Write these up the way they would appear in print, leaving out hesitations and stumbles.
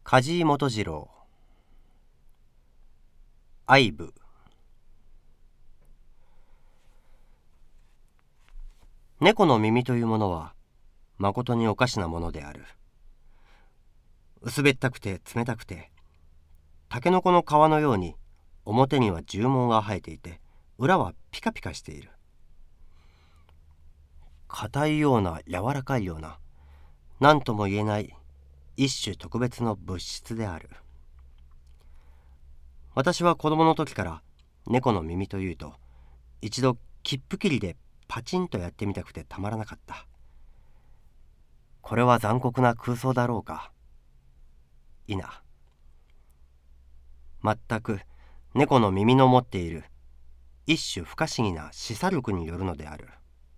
梶井元次郎。愛撫。猫の耳というものはまことにおかしなものである。薄べったくて冷たくて、タケノコの皮のように表には絨毛が生えていて、裏はピカピカしている。硬いような柔らかいような、何とも言えない一種特別の物質である。私は子供の時から猫の耳というと、一度切符切りでパチンとやってみたくてたまらなかった。これは残酷な空想だろうか。いな。全く猫の耳の持っている一種不可思議な視作力によるのである。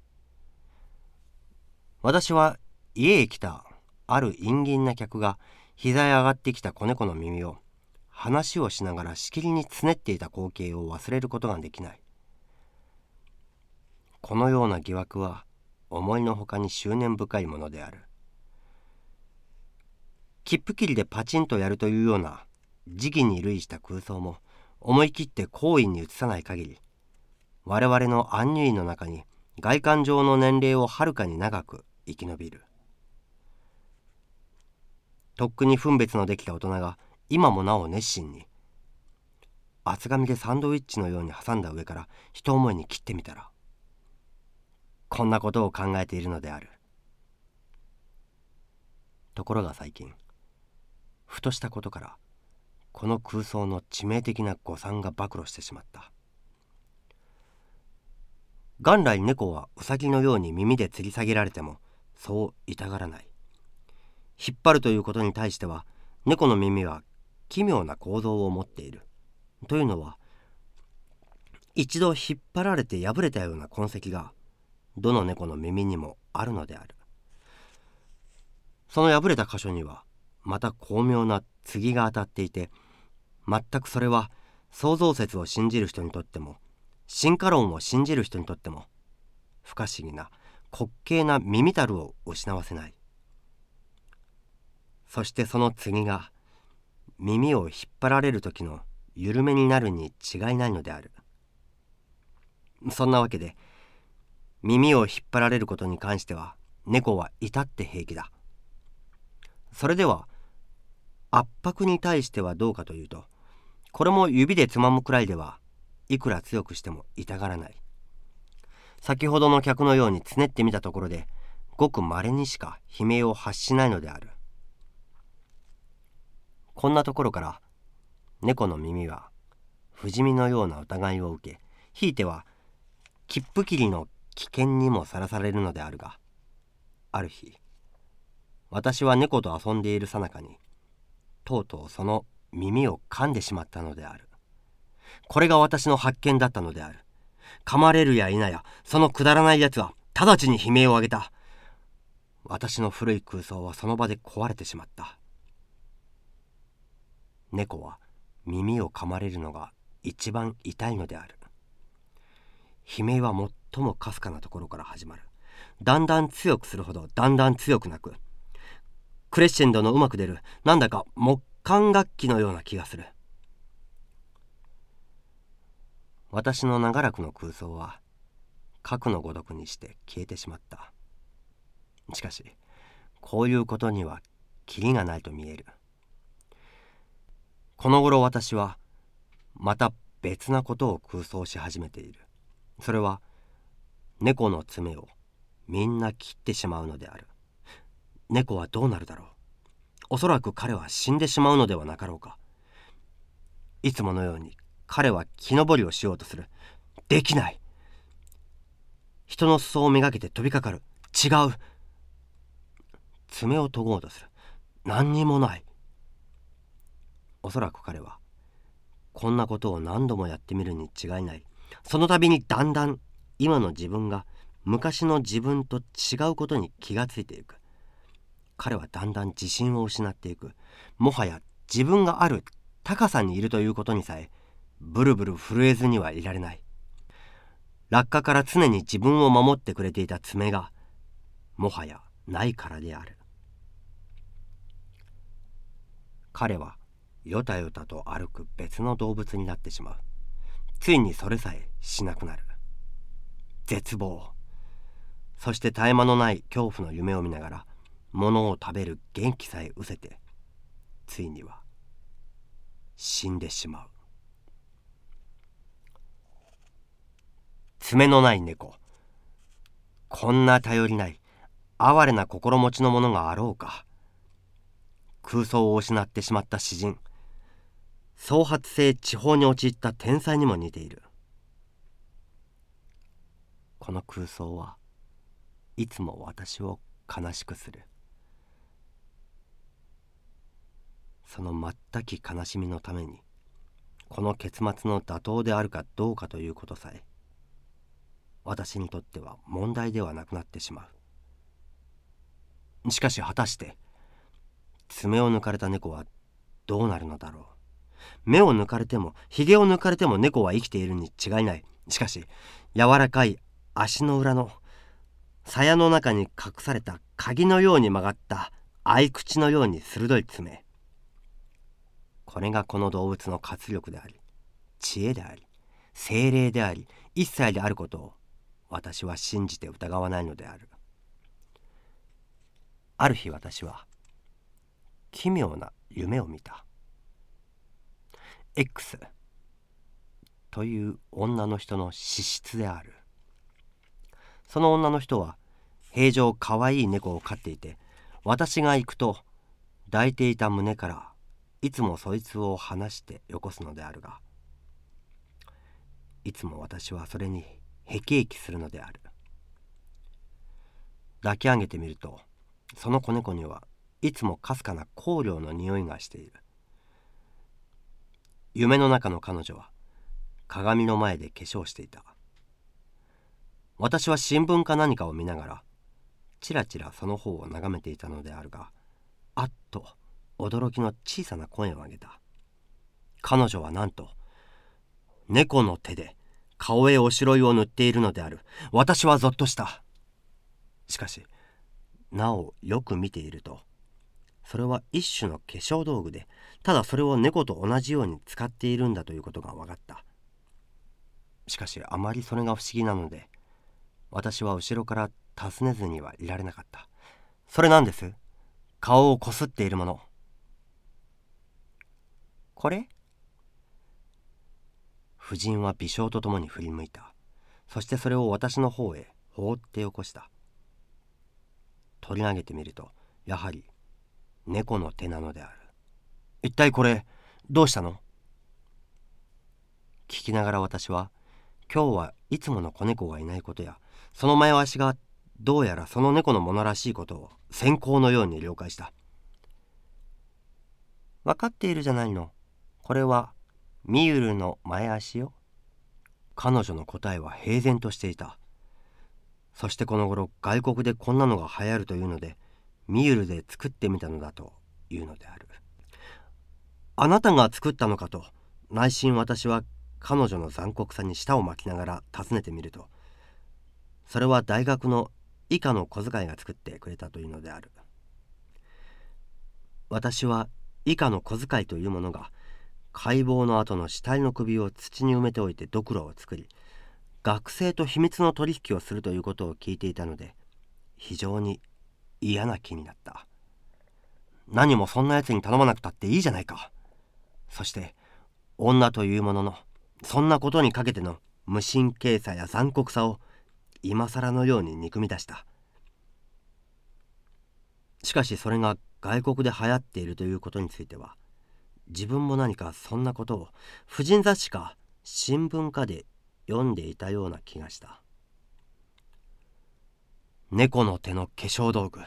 私は家へ来たある陰銀な客が膝へ上がってきた子猫の耳を話をしながらしきりにつねっていた光景を忘れることができない。このような疑惑は思いのほかに執念深いものである。切符切りでパチンとやるというような時期に類した空想も思い切って行為に移さない限り、我々のアンニュイの中に外観上の年齢をはるかに長く生き延びる。とっくに分別のできた大人が今もなお熱心に厚紙でサンドウィッチのように挟んだ上から一思いに切ってみたら、こんなことを考えているのである。ところが最近、ふとしたことからこの空想の致命的な誤算が暴露してしまった。元来猫はウサギのように耳で吊り下げられてもそう痛がらない。引っ張るということに対しては猫の耳は奇妙な構造を持っている。というのは、一度引っ張られて破れたような痕跡がどの猫の耳にもあるのである。その破れた箇所にはまた巧妙な継が当たっていて、全くそれは創造説を信じる人にとっても進化論を信じる人にとっても不可思議な滑稽な耳たるを失わせない。そしてその継が耳を引っ張られる時の緩めになるに違いないのである。そんなわけで耳を引っ張られることに関しては猫は至って平気だ。それでは圧迫に対してはどうかというと、これも指でつまむくらいではいくら強くしても痛がらない。先ほどの客のようにつねってみたところでごくまれにしか悲鳴を発しないのである。こんなところから猫の耳は不死身のような疑いを受け、ひいては切符切りの危険にもさらされるのであるが、ある日私は猫と遊んでいるさなかにとうとうその耳を噛んでしまったのである。これが私の発見だったのである。噛まれるや否やそのくだらないやつは直ちに悲鳴を上げた。私の古い空想はその場で壊れてしまった。猫は耳を噛まれるのが一番痛いのである。悲鳴は最もかすかなところから始まる。だんだん強くするほどだんだん強く鳴く。クレッシェンドのうまく出る、なんだか木管楽器のような気がする。私の長らくの空想は核のごとくにして消えてしまった。しかしこういうことにはキリがないと見える。この頃私はまた別なことを空想し始めている。それは猫の爪をみんな切ってしまうのである。猫はどうなるだろう。おそらく彼は死んでしまうのではなかろうか。いつものように彼は木登りをしようとする。できない。人の裾をめがけて飛びかかる。違う。爪を研ごうとする。何にもない。おそらく彼はこんなことを何度もやってみるに違いない。その度にだんだん今の自分が昔の自分と違うことに気がついていく。彼はだんだん自信を失っていく。もはや自分がある高さにいるということにさえブルブル震えずにはいられない。落下から常に自分を守ってくれていた爪がもはやないからである。 彼はよたよたと歩く別の動物になってしまう。ついにそれさえしなくなる。絶望、そして絶え間のない恐怖の夢を見ながら物を食べる元気さえ失せて、ついには死んでしまう。爪のない猫、こんな頼りない哀れな心持ちのものがあろうか。空想を失ってしまった詩人、創発性地方に陥った天才にも似ている。この空想はいつも私を悲しくする。その全き悲しみのために、この結末の妥当であるかどうかということさえ私にとっては問題ではなくなってしまう。しかし果たして爪を抜かれた猫はどうなるのだろう。目を抜かれてもひげを抜かれても猫は生きているに違いない。しかし柔らかい足の裏の鞘の中に隠された鍵のように曲がった合口のように鋭い爪、これがこの動物の活力であり、知恵であり、精霊であり、一切であることを私は信じて疑わないのである。ある日私は奇妙な夢を見た。X という女の人の資質である。その女の人は平常かわいい猫を飼っていて、私が行くと抱いていた胸からいつもそいつを離してよこすのであるが、いつも私はそれにへきえきするのである。抱き上げてみると、その子猫にはいつもかすかな香料の匂いがしている。夢の中の彼女は鏡の前で化粧していた。私は新聞か何かを見ながらちらちらその方を眺めていたのであるが、あっと驚きの小さな声を上げた。彼女はなんと猫の手で顔へおしろいを塗っているのである。私はぞっとした。しかしなおよく見ていると、それは一種の化粧道具で、ただそれを猫と同じように使っているんだということが分かった。しかしあまりそれが不思議なので、私は後ろから尋ねずにはいられなかった。それなんです？顔をこすっているもの。これ？夫人は微笑とともに振り向いた。そしてそれを私の方へ放ってよこした。取り上げてみると、やはり猫の手なのである。一体これどうしたの？聞きながら私は、今日はいつもの子猫がいないことや、その前足がどうやらその猫のものらしいことを先行のように了解した。分かっているじゃないの。これはミユルの前足よ。彼女の答えは平然としていた。そしてこの頃外国でこんなのが流行るというので、ミユルで作ってみたのだというのである。あなたが作ったのかと内心私は彼女の残酷さに舌を巻きながら尋ねてみると、それは大学の以下の小遣いが作ってくれたというのである。私は以下の小遣いというものが解剖の後の死体の首を土に埋めておいてドクロを作り、学生と秘密の取引をするということを聞いていたので、非常に嫌な気になった。何もそんなやつに頼まなくたっていいじゃないか。そして女というもののそんなことにかけての無神経さや残酷さを今更のように憎み出した。しかしそれが外国で流行っているということについては、自分も何かそんなことを婦人雑誌か新聞かで読んでいたような気がした。猫の手の化粧道具。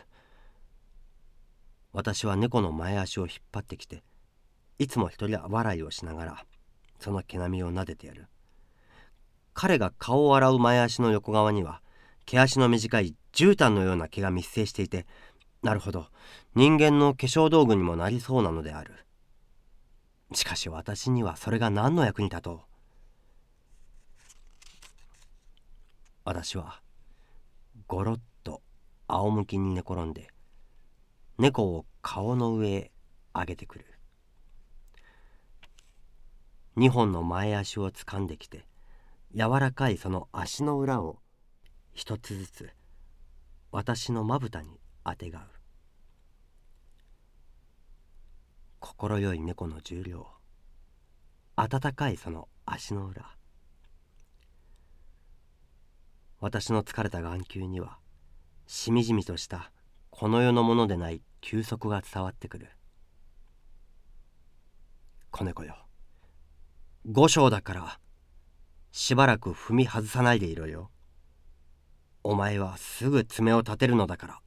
私は猫の前足を引っ張ってきて、いつも一人笑いをしながらその毛並みを撫でてやる。彼が顔を洗う前足の横側には毛足の短い絨毯のような毛が密生していて、なるほど、人間の化粧道具にもなりそうなのである。しかし私にはそれが何の役に立とう。私はゴロッと仰向きに寝転んで猫を顔の上へ上げてくる。 2本の前足をつかんできて、柔らかいその足の裏を一つずつ私のまぶたにあてがう。心よい猫の重量、温かいその足の裏。私の疲れた眼球にはしみじみとしたこの世のものでない休息が伝わってくる。子猫よ、5章だからしばらく踏み外さないでいろよ。お前はすぐ爪を立てるのだから。